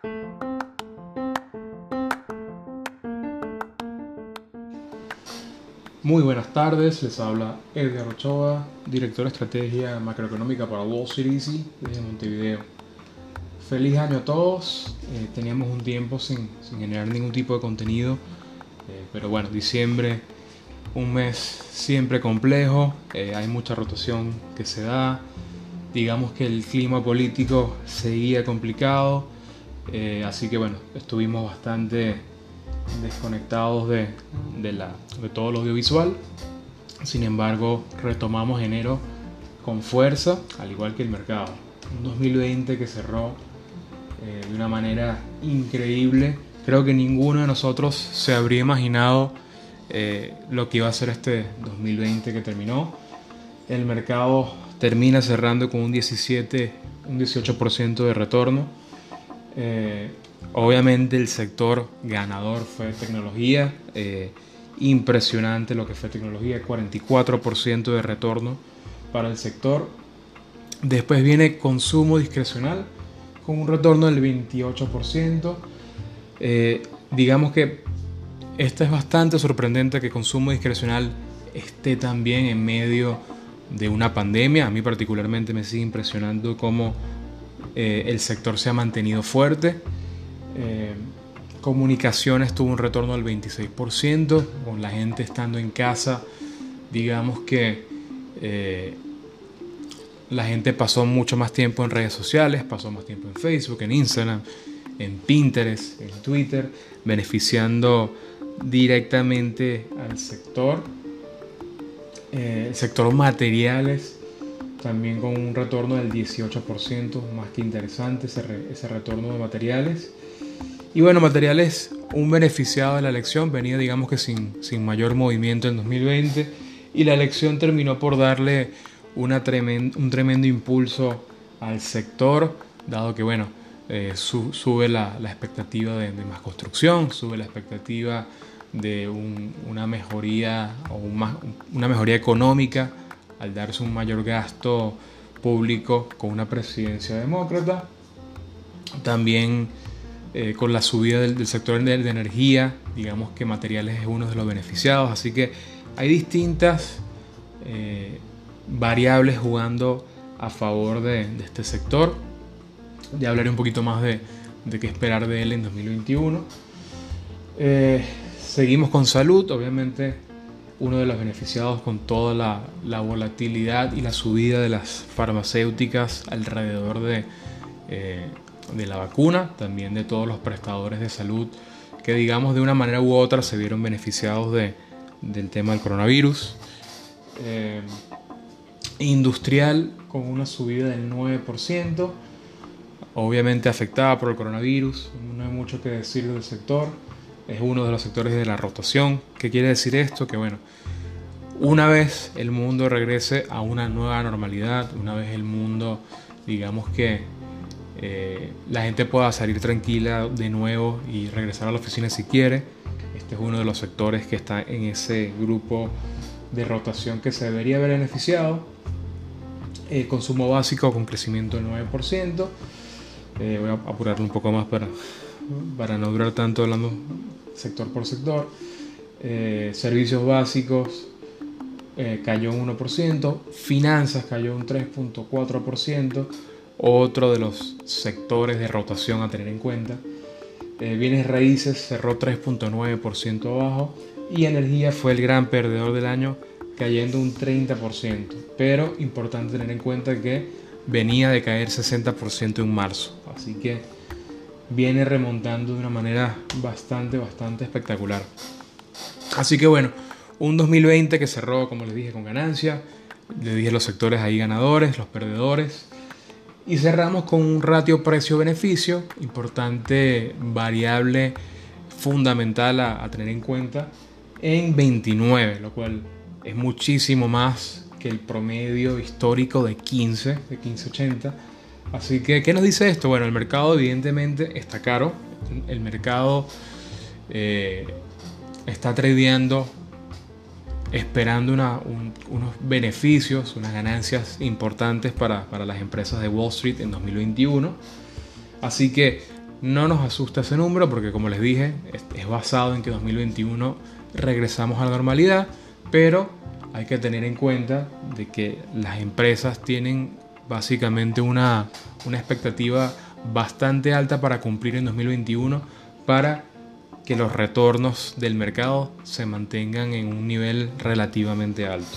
Muy buenas tardes, les habla Edgar Ochoa, director de estrategia macroeconómica para Wall Street Easy desde Montevideo. Feliz año a todos. Teníamos un tiempo sin generar ningún tipo de contenido, pero bueno, diciembre, un mes siempre complejo, hay mucha rotación que se da, digamos que el clima político seguía complicado, así que bueno, estuvimos bastante desconectados de todo lo audiovisual. Sin embargo, retomamos enero con fuerza, al igual que el mercado. Un 2020 que cerró de una manera increíble. Creo que ninguno de nosotros se habría imaginado lo que iba a ser este 2020 que terminó. El mercado termina cerrando con un 18% de retorno. Obviamente el sector ganador fue tecnología, impresionante lo que fue tecnología, 44% de retorno para el sector. Después viene consumo discrecional con un retorno del 28%. Digamos que esto es bastante sorprendente, que consumo discrecional esté también en medio de una pandemia. A mí particularmente me sigue impresionando cómo el sector se ha mantenido fuerte. Comunicaciones tuvo un retorno del 26%, con la gente estando en casa. Digamos que la gente pasó mucho más tiempo en redes sociales, pasó más tiempo en Facebook, en Instagram, en Pinterest, en Twitter, beneficiando directamente al sector. El sector materiales también con un retorno del 18%, más que interesante ese retorno de materiales. Y bueno, materiales, un beneficiado de la elección, venía digamos que sin mayor movimiento en 2020, y la elección terminó por darle un tremendo impulso al sector, dado que bueno, sube la expectativa de más construcción, sube la expectativa de una mejoría o una mejoría económica al darse un mayor gasto público con una presidencia demócrata. También con la subida del sector de energía, digamos que materiales es uno de los beneficiados. Así que hay distintas variables jugando a favor de este sector. Ya hablaré un poquito más de qué esperar de él en 2021. Seguimos con salud, obviamente uno de los beneficiados con toda la volatilidad y la subida de las farmacéuticas alrededor de la vacuna, también de todos los prestadores de salud que digamos de una manera u otra se vieron beneficiados del tema del coronavirus. Industrial con una subida del 9%, obviamente afectada por el coronavirus. No hay mucho que decir del sector, es uno de los sectores de la rotación. ¿Qué quiere decir esto? Que bueno, una vez el mundo regrese a una nueva normalidad, una vez el mundo digamos que la gente pueda salir tranquila de nuevo y regresar a la oficina si quiere, este es uno de los sectores que está en ese grupo de rotación que se debería haber beneficiado. Consumo básico con crecimiento del 9%. Voy a apurarlo un poco más para no durar tanto hablando sector por sector. Servicios básicos cayó un 1%. Finanzas cayó un 3.4%. Otro de los sectores de rotación a tener en cuenta. Bienes raíces cerró 3.9% abajo. Y energía fue el gran perdedor del año, cayendo un 30%. Pero importante tener en cuenta que venía de caer 60% en marzo. Así que viene remontando de una manera bastante espectacular. Así que bueno, un 2020 que cerró, como les dije, con ganancia. Les dije los sectores ahí ganadores, los perdedores. Y cerramos con un ratio precio-beneficio, importante variable fundamental a tener en cuenta, en 29, lo cual es muchísimo más que el promedio histórico de 15.80. Así que, ¿qué nos dice esto? Bueno, el mercado evidentemente está caro. El mercado está tradeando esperando unos beneficios, unas ganancias importantes para las empresas de Wall Street en 2021. Así que No nos asusta ese número porque, como les dije, es basado en que 2021 regresamos a la normalidad, pero hay que tener en cuenta de que las empresas tienen básicamente una expectativa bastante alta para cumplir en 2021 para que los retornos del mercado se mantengan en un nivel relativamente alto.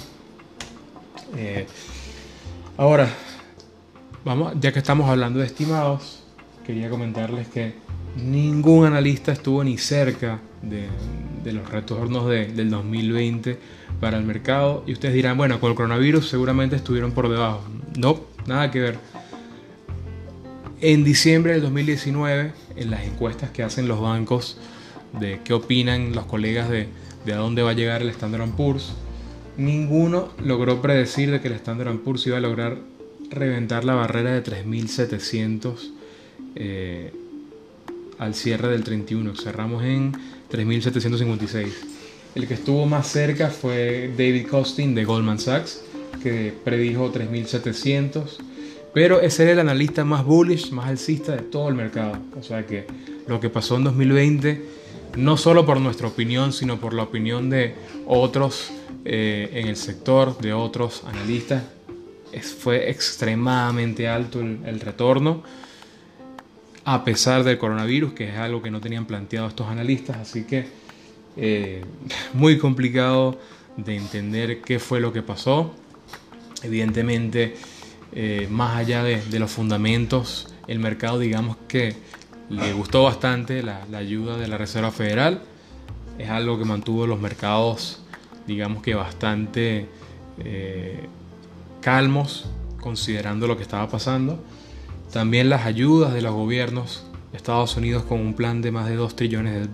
Ahora, ya que estamos hablando de estimados, quería comentarles que ningún analista estuvo ni cerca de los retornos del 2020 para el mercado. Y ustedes dirán, bueno, con el coronavirus seguramente estuvieron por debajo. No, nada que ver. En diciembre del 2019, en las encuestas que hacen los bancos de qué opinan los colegas de a dónde va a llegar el Standard & Poor's, ninguno logró predecir de que el Standard & Poor's iba a lograr reventar la barrera de 3.700 al cierre del 31. Cerramos en 3.756. El que estuvo más cerca fue David Costin de Goldman Sachs, que predijo 3.700. Pero ese era el analista más bullish, más alcista de todo el mercado. O sea que lo que pasó en 2020, no solo por nuestra opinión, sino por la opinión de otros en el sector, de otros analistas, fue extremadamente alto el retorno, a pesar del coronavirus, que es algo que no tenían planteado estos analistas. Así que muy complicado de entender qué fue lo que pasó. Evidentemente, más allá de los fundamentos, el mercado, digamos que le gustó bastante la ayuda de la Reserva Federal. Es algo que mantuvo los mercados, digamos que bastante calmos, considerando lo que estaba pasando. También las ayudas de los gobiernos de Estados Unidos, con un plan de más de 2 billones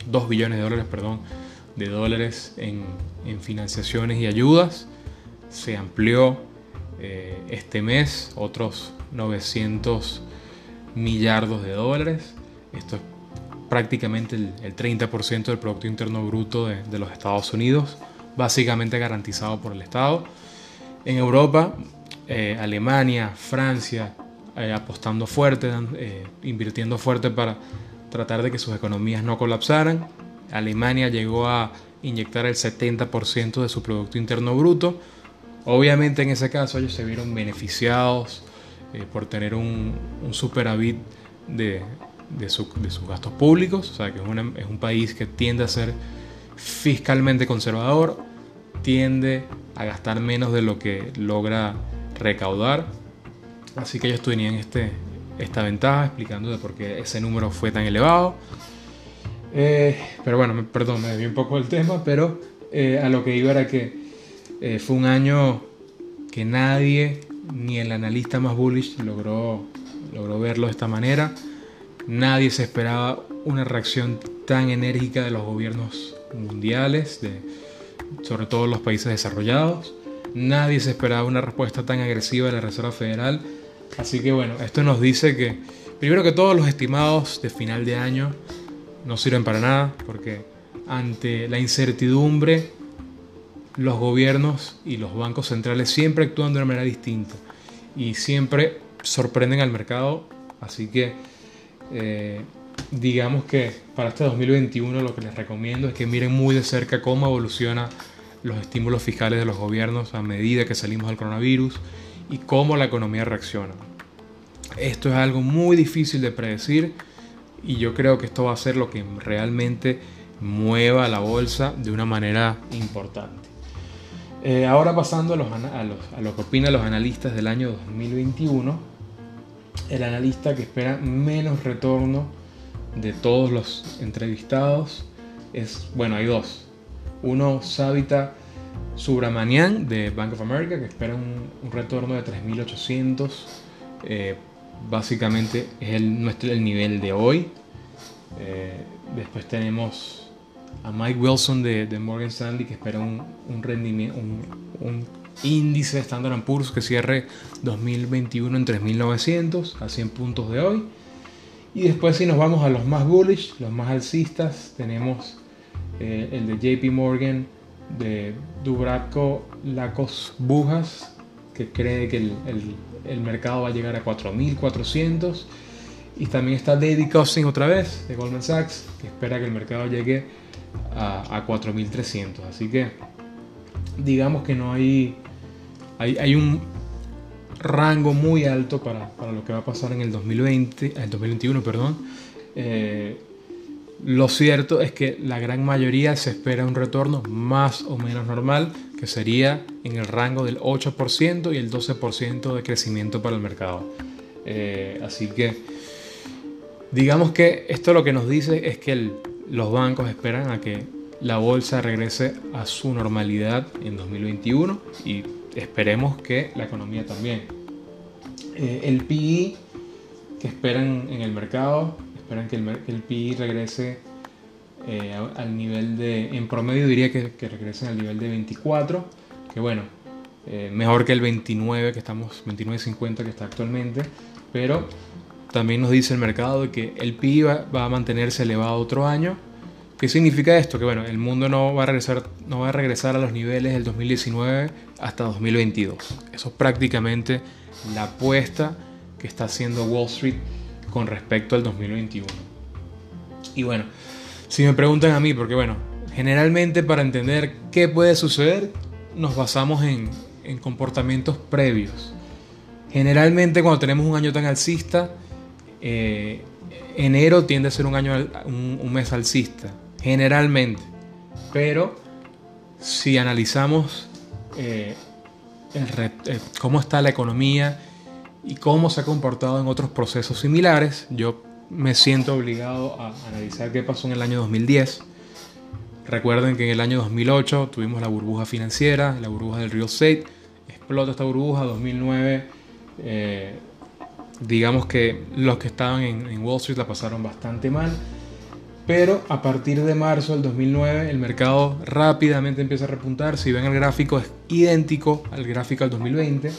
de dólares en financiaciones y ayudas. Se amplió este mes otros 900 millardos de dólares. Esto es prácticamente el 30% del Producto Interno Bruto de los Estados Unidos, básicamente garantizado por el Estado. En Europa, Alemania, Francia, apostando fuerte, invirtiendo fuerte para tratar de que sus economías no colapsaran. Alemania llegó a inyectar el 70% de su Producto Interno Bruto. Obviamente en ese caso ellos se vieron beneficiados por tener un superávit de sus gastos públicos. O sea que es un país que tiende a ser fiscalmente conservador, tiende a gastar menos de lo que logra recaudar. Así que ellos tenían esta ventaja, explicando de por qué ese número fue tan elevado. Pero bueno, perdón, me desvié un poco del tema, pero a lo que iba era que fue un año que nadie, ni el analista más bullish, logró verlo de esta manera. Nadie se esperaba una reacción tan enérgica de los gobiernos mundiales, sobre todo los países desarrollados. Nadie se esperaba una respuesta tan agresiva de la Reserva Federal. Así que bueno, esto nos dice que, primero que todo, los estimados de final de año no sirven para nada, porque ante la incertidumbre, los gobiernos y los bancos centrales siempre actúan de una manera distinta y siempre sorprenden al mercado. Así que digamos que para este 2021 lo que les recomiendo es que miren muy de cerca cómo evolucionan los estímulos fiscales de los gobiernos a medida que salimos del coronavirus y cómo la economía reacciona. Esto es algo muy difícil de predecir y yo creo que esto va a ser lo que realmente mueva la bolsa de una manera importante. Ahora pasando a lo que opinan los analistas del año 2021, el analista que espera menos retorno de todos los entrevistados hay dos. Uno, Savita Subramanian de Bank of America, que espera un retorno de 3.800. Básicamente es el nivel de hoy. Después tenemos a Mike Wilson de Morgan Stanley, que espera un rendimiento, un índice de Standard & Poor's que cierre 2021 en 3.900 a 100 puntos de hoy. Y después, si nos vamos a los más bullish, los más alcistas, tenemos el de JP Morgan de Dubravko Lakos Bujas, que cree que el mercado va a llegar a 4.400. Y también está David Cousins otra vez, de Goldman Sachs, que espera que el mercado llegue a 4.300. Así que digamos que no hay un rango muy alto para lo que va a pasar en el 2021, perdón. Lo cierto es que la gran mayoría se espera un retorno más o menos normal, que sería en el rango del 8% y el 12% de crecimiento para el mercado. Así que digamos que esto lo que nos dice es que los bancos esperan a que la bolsa regrese a su normalidad en 2021 y esperemos que la economía también. El PE que esperan en el mercado, esperan que el PE regrese al nivel en promedio diría que regresen al nivel de 24, que bueno, mejor que el 29 que estamos, 29.50 que está actualmente, pero también nos dice el mercado de que el PIB va a mantenerse elevado otro año. ¿Qué significa esto? Que bueno, el mundo no va a regresar a los niveles del 2019 hasta 2022. Eso es prácticamente la apuesta que está haciendo Wall Street con respecto al 2021. Y bueno, si me preguntan a mí, porque bueno, generalmente para entender qué puede suceder, nos basamos en comportamientos previos. Generalmente cuando tenemos un año tan alcista, enero tiende a ser un mes alcista, generalmente. Pero si analizamos cómo está la economía y cómo se ha comportado en otros procesos similares, yo me siento obligado a analizar qué pasó en el año 2010. Recuerden que en el año 2008 tuvimos la burbuja financiera, la burbuja del real estate, explota esta burbuja. 2009, digamos que los que estaban en Wall Street la pasaron bastante mal, pero a partir de marzo del 2009 el mercado rápidamente empieza a repuntar. Si ven el gráfico, es idéntico al gráfico del 2020.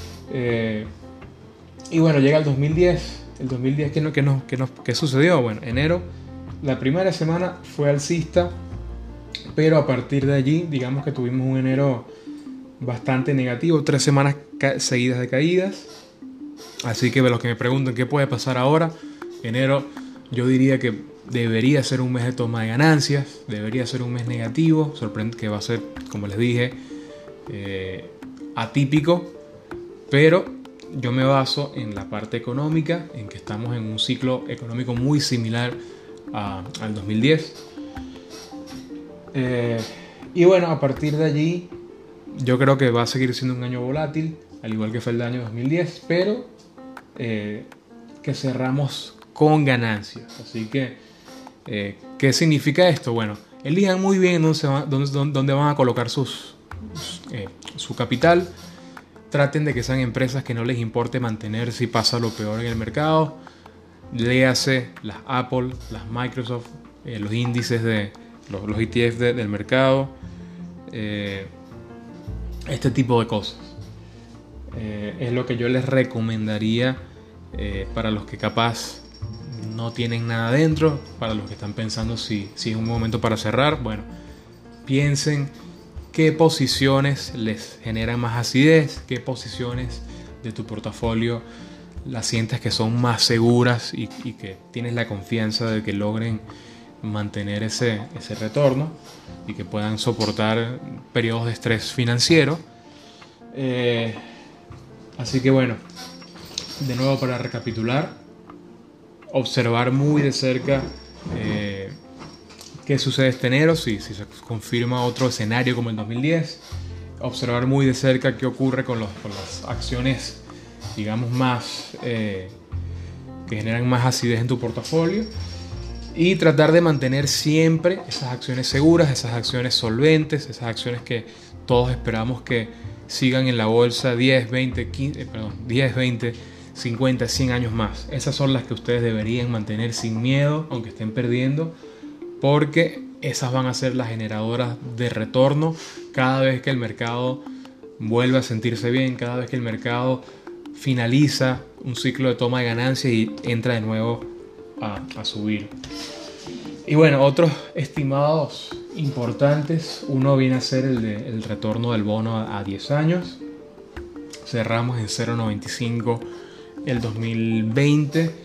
Y bueno, llega el 2010. El 2010, ¿qué sucedió? Bueno, enero, la primera semana fue alcista, pero a partir de allí, digamos que tuvimos un enero bastante negativo, 3 semanas seguidas de caídas. Así que los que me preguntan qué puede pasar ahora, enero yo diría que debería ser un mes de toma de ganancias, debería ser un mes negativo, sorprende que va a ser, como les dije, atípico, pero yo me baso en la parte económica, en que estamos en un ciclo económico muy similar al 2010. Y bueno, a partir de allí yo creo que va a seguir siendo un año volátil, al igual que fue el año 2010, pero que cerramos con ganancias. Así que, ¿qué significa esto? Bueno, elijan muy bien dónde van a colocar su capital. Traten de que sean empresas que no les importe mantener si pasa lo peor en el mercado. Léase las Apple, las Microsoft, los índices de los ETF del mercado, este tipo de cosas. Es lo que yo les recomendaría para los que capaz no tienen nada dentro, para los que están pensando si es un momento para cerrar. Bueno, piensen qué posiciones les generan más acidez, qué posiciones de tu portafolio las sientes que son más seguras y que tienes la confianza de que logren mantener ese retorno y que puedan soportar periodos de estrés financiero. Así que bueno, de nuevo para recapitular, observar muy de cerca qué sucede este enero, si se confirma otro escenario como el 2010, observar muy de cerca qué ocurre con las acciones, digamos, más que generan más acidez en tu portafolio, y tratar de mantener siempre esas acciones seguras, esas acciones solventes, esas acciones que todos esperamos que sigan en la bolsa 10, 20, 50, 100 años más. Esas son las que ustedes deberían mantener sin miedo, aunque estén perdiendo, porque esas van a ser las generadoras de retorno cada vez que el mercado vuelve a sentirse bien, cada vez que el mercado finaliza un ciclo de toma de ganancias y entra de nuevo a subir. Y bueno, otros estimados importantes, uno viene a ser el retorno del bono a 10 años. Cerramos en 0.95 el 2020,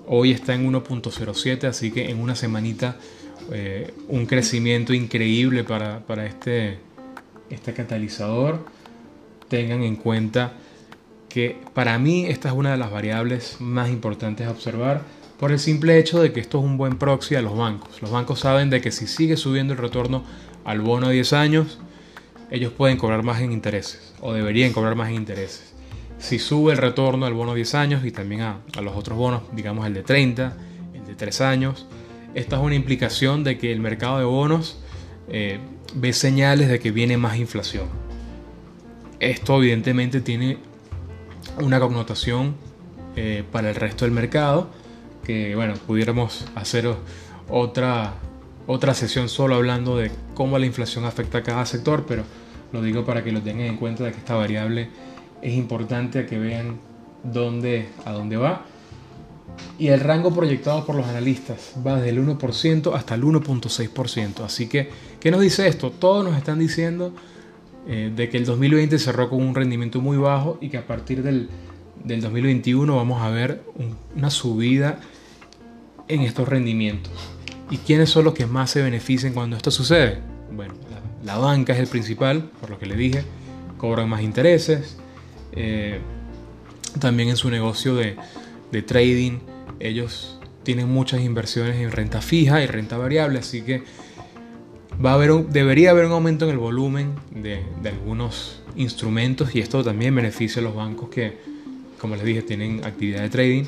Hoy está en 1.07, así que en una semanita un crecimiento increíble para este catalizador. Tengan en cuenta que para mí esta es una de las variables más importantes a observar por el simple hecho de que esto es un buen proxy a los bancos. Los bancos saben de que si sigue subiendo el retorno al bono a 10 años, ellos pueden cobrar más en intereses o deberían cobrar más en intereses. Si sube el retorno al bono a 10 años y también a los otros bonos, digamos el de 30, el de 3 años, esta es una implicación de que el mercado de bonos ve señales de que viene más inflación. Esto evidentemente tiene una connotación para el resto del mercado, que bueno, pudiéramos hacer otra sesión solo hablando de cómo la inflación afecta a cada sector, pero lo digo para que lo tengan en cuenta de que esta variable es importante, a que vean a dónde va. Y el rango proyectado por los analistas va desde el 1% hasta el 1.6%. Así que, ¿qué nos dice esto? Todos nos están diciendo de que el 2020 cerró con un rendimiento muy bajo y que a partir del 2021 vamos a ver una subida en estos rendimientos. ¿Y quiénes son los que más se benefician cuando esto sucede? Bueno, la banca es el principal, por lo que le dije, cobran más intereses. También en su negocio de trading, ellos tienen muchas inversiones en renta fija y renta variable, así que debería haber un aumento en el volumen de algunos instrumentos, y esto también beneficia a los bancos que, como les dije, tienen actividad de trading.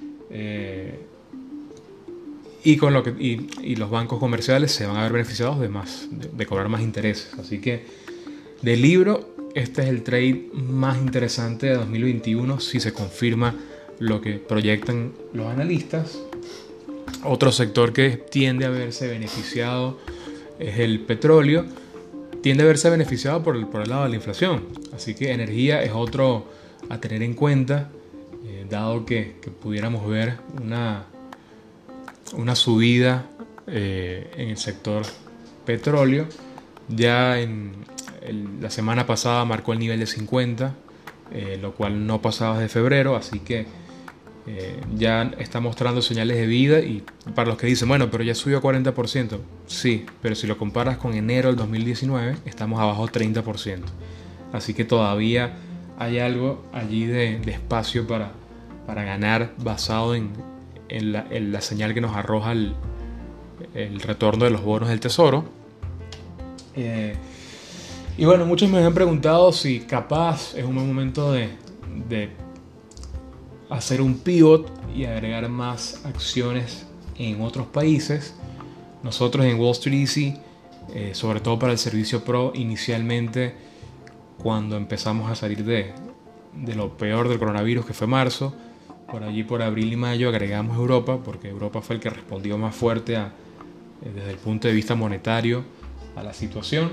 Y los bancos comerciales se van a ver beneficiados de cobrar más intereses. Así que, de libro, este es el trade más interesante de 2021 si se confirma lo que proyectan los analistas. Otro sector que tiende a verse beneficiado es el petróleo. Tiende a verse beneficiado por el lado de la inflación. Así que energía es otro a tener en cuenta, dado que pudiéramos ver una subida en el sector petróleo. Ya la semana pasada marcó el nivel de 50, lo cual no pasaba desde febrero, así que ya está mostrando señales de vida. Y para los que dicen, bueno, pero ya subió a 40%, sí, pero si lo comparas con enero del 2019, estamos abajo 30%, así que todavía hay algo allí de espacio para ganar, basado en la señal que nos arroja el retorno de los bonos del tesoro. Y bueno, muchos me han preguntado si capaz es un buen momento de hacer un pivot y agregar más acciones en otros países. Nosotros en Wall Street Easy, sobre todo para el servicio Pro, inicialmente cuando empezamos a salir de lo peor del coronavirus, que fue marzo, por allí por abril y mayo agregamos Europa, porque Europa fue el que respondió más fuerte desde el punto de vista monetario a la situación,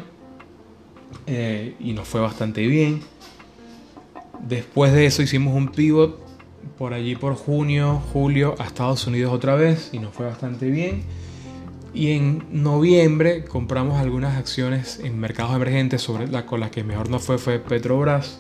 y nos fue bastante bien. Después de eso hicimos un pivot por allí por junio, julio a Estados Unidos otra vez, y nos fue bastante bien. Y en noviembre compramos algunas acciones en mercados emergentes, con las que mejor nos fue Petrobras.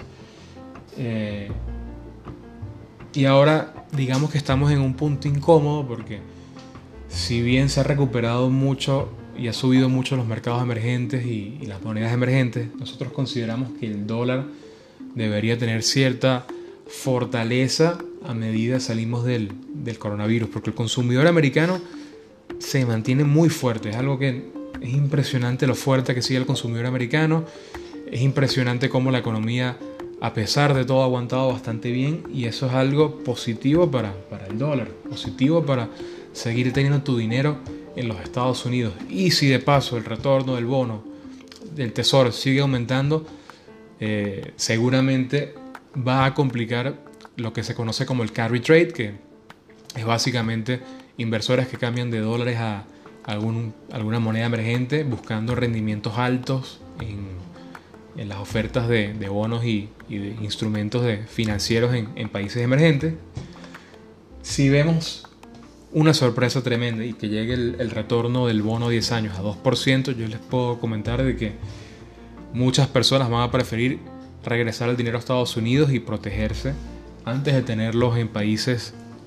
Y ahora digamos que estamos en un punto incómodo, porque si bien se ha recuperado mucho y ha subido mucho los mercados emergentes y las monedas emergentes, nosotros consideramos que el dólar debería tener cierta fortaleza a medida salimos del coronavirus, porque el consumidor americano se mantiene muy fuerte. Es algo que es impresionante lo fuerte que sigue el consumidor americano. Es impresionante cómo la economía, a pesar de todo, ha aguantado bastante bien, y eso es algo positivo para el dólar, positivo para seguir teniendo tu dinero en los Estados Unidos. Y si de paso el retorno del bono del tesoro sigue aumentando, seguramente va a complicar lo que se conoce como el carry trade, que es básicamente inversores que cambian de dólares a alguna moneda emergente buscando rendimientos altos en las ofertas de bonos y de instrumentos financieros en países emergentes. Si vemos una sorpresa tremenda y que llegue el retorno del bono 10 años a 2%, yo les puedo comentar de que muchas personas van a preferir regresar el dinero a Estados Unidos y protegerse antes de tenerlos en países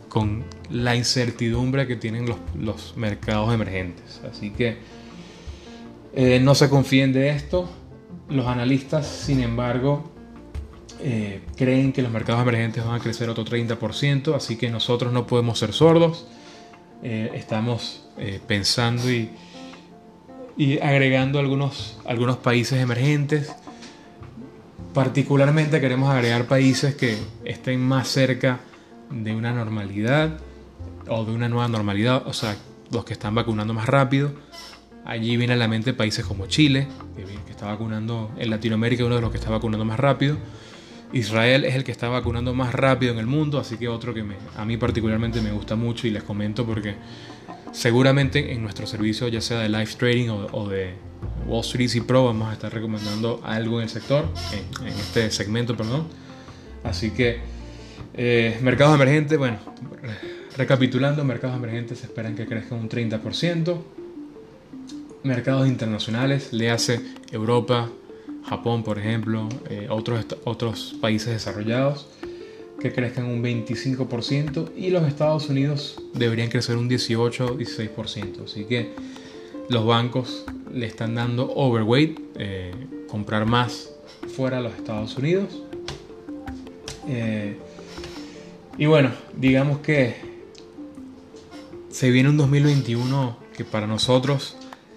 con la incertidumbre que tienen los mercados emergentes. Así que no se confíen de esto. Los analistas, sin embargo, creen que los mercados emergentes van a crecer otro 30%, así que nosotros no podemos ser sordos. Estamos pensando y agregando algunos países emergentes. Particularmente queremos agregar países que estén más cerca de una normalidad o de una nueva normalidad, o sea, los que están vacunando más rápido. Allí viene a la mente países como Chile, que está vacunando en Latinoamérica, uno de los que está vacunando más rápido. Israel es el que está vacunando más rápido en el mundo, así que otro que a mí particularmente me gusta mucho, y les comento porque seguramente en nuestro servicio, ya sea de live trading o de Wall Street Easy Pro, vamos a estar recomendando algo en el sector, en este segmento, perdón. Así que mercados emergentes, bueno, recapitulando, mercados emergentes se esperan que crezcan un 30%. Mercados internacionales, le hace Europa, Japón, por ejemplo, otros países desarrollados, que crezcan un 25%, y los Estados Unidos deberían crecer un 18-16%. Así que los bancos le están dando overweight, comprar más fuera de los Estados Unidos. Y bueno, digamos que se viene un 2021 que para nosotros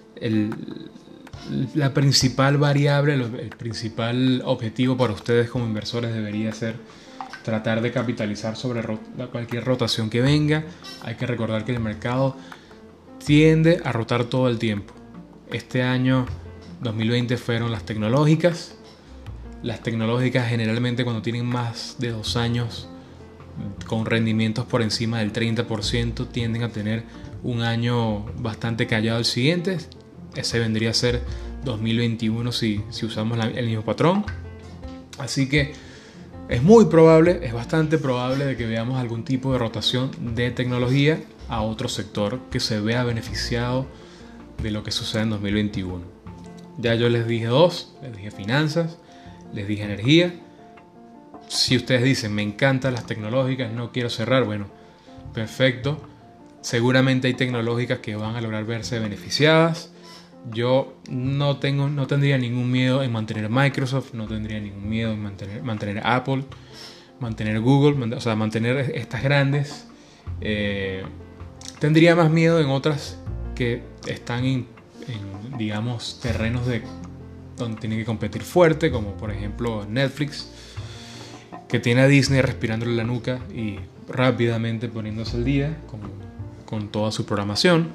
la principal variable, el principal objetivo para ustedes como inversores debería ser tratar de capitalizar sobre cualquier rotación que venga. Hay que recordar que el mercado tiende a rotar todo el tiempo. Este año 2020 fueron las tecnológicas. Las tecnológicas generalmente, cuando tienen más de 2 años con rendimientos por encima del 30%, tienden a tener un año bastante callado el siguiente. Ese vendría a ser 2021 si usamos el mismo patrón. Así que es muy probable, es bastante probable de que veamos algún tipo de rotación de tecnología a otro sector que se vea beneficiado de lo que sucede en 2021. Ya yo les dije les dije finanzas, les dije energía. Si ustedes dicen, me encantan las tecnológicas, no quiero cerrar, bueno, perfecto. Seguramente hay tecnológicas que van a lograr verse beneficiadas. Yo no tendría ningún miedo en mantener Microsoft, no tendría ningún miedo en mantener Apple, mantener Google, o sea, mantener estas grandes. Tendría más miedo en otras que están en digamos, terrenos donde tienen que competir fuerte, como por ejemplo Netflix, que tiene a Disney respirándole la nuca y rápidamente poniéndose al día con toda su programación.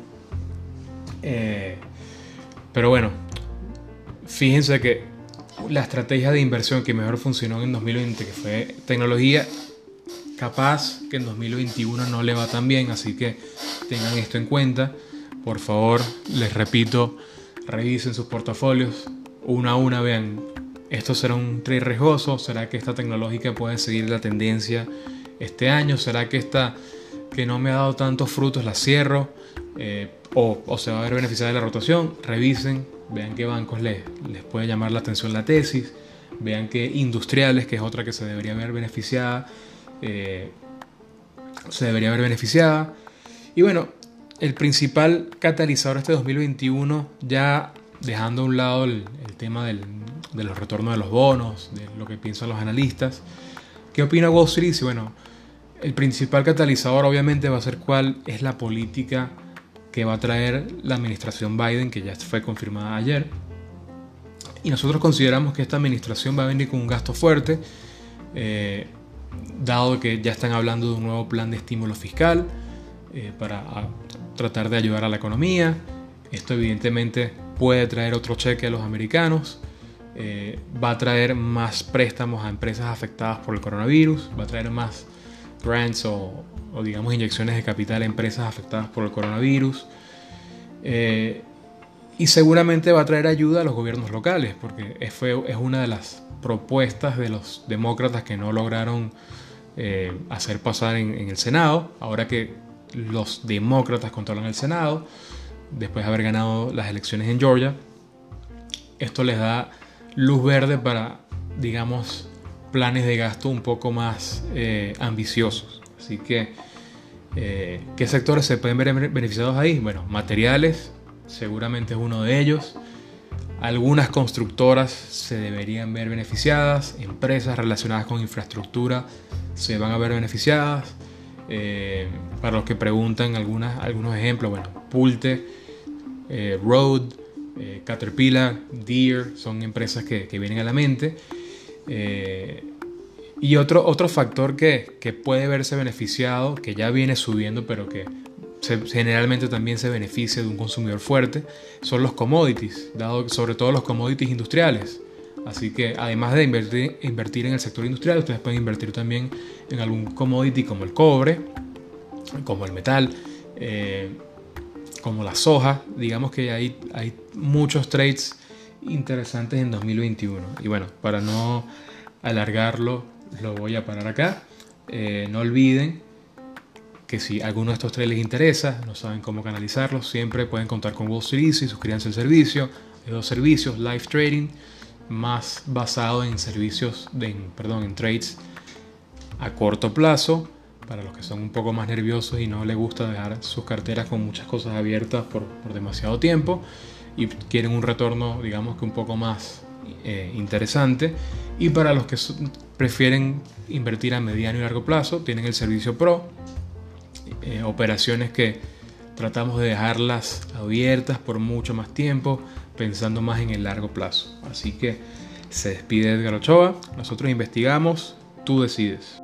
Pero bueno, fíjense que la estrategia de inversión que mejor funcionó en 2020, que fue tecnología, capaz que en 2021 no le va tan bien, así que tengan esto en cuenta. Por favor, les repito, revisen sus portafolios una a una, vean, ¿esto será un trade riesgoso? ¿Será que esta tecnológica puede seguir la tendencia este año? ¿Será que esta que no me ha dado tantos frutos la cierro? O se va a ver beneficiada de la rotación. Revisen, vean qué bancos les puede llamar la atención la tesis, vean qué industriales, que es otra que se debería ver beneficiada, y bueno, el principal catalizador este 2021, ya dejando a un lado el tema de los retornos de los bonos, de lo que piensan los analistas, ¿qué opina Wall Street? Y bueno, el principal catalizador obviamente va a ser cuál es la política que va a traer la administración Biden, que ya fue confirmada ayer. Y nosotros consideramos que esta administración va a venir con un gasto fuerte, dado que ya están hablando de un nuevo plan de estímulo fiscal para tratar de ayudar a la economía. Esto evidentemente puede traer otro cheque a los americanos, va a traer más préstamos a empresas afectadas por el coronavirus, va a traer más grants o digamos inyecciones de capital a empresas afectadas por el coronavirus, y seguramente va a traer ayuda a los gobiernos locales, porque es una de las propuestas de los demócratas que no lograron hacer pasar en el Senado. Ahora que los demócratas controlan el Senado, después de haber ganado las elecciones en Georgia, esto les da luz verde para, digamos, planes de gasto un poco más ambiciosos. Así que ¿Qué sectores se pueden ver beneficiados ahí? Bueno, materiales seguramente es uno de ellos. Algunas constructoras se deberían ver beneficiadas, empresas relacionadas con infraestructura se van a ver beneficiadas. Para los que preguntan algunos ejemplos, bueno, Pulte, Road, Caterpillar, Deere son empresas que vienen a la mente. Y otro factor que puede verse beneficiado, que ya viene subiendo, pero que generalmente también se beneficia de un consumidor fuerte, son los commodities, sobre todo los commodities industriales. Así que además de invertir en el sector industrial, ustedes pueden invertir también en algún commodity como el cobre, como el metal, como la soja. Digamos que hay muchos trades interesantes en 2021. Y bueno, para no alargarlo, lo voy a parar acá. No olviden que si alguno de estos trades les interesa, no saben cómo canalizarlos, siempre pueden contar con Wall Street Easy, suscríbanse al servicio. Hay 2 servicios, Live Trading, más basado en servicios, en trades a corto plazo, para los que son un poco más nerviosos y no les gusta dejar sus carteras con muchas cosas abiertas por demasiado tiempo y quieren un retorno, digamos que un poco más interesante. Y para los que prefieren invertir a mediano y largo plazo, tienen el servicio Pro, operaciones que tratamos de dejarlas abiertas por mucho más tiempo, pensando más en el largo plazo. Así que se despide Edgar Ochoa, nosotros investigamos, tú decides.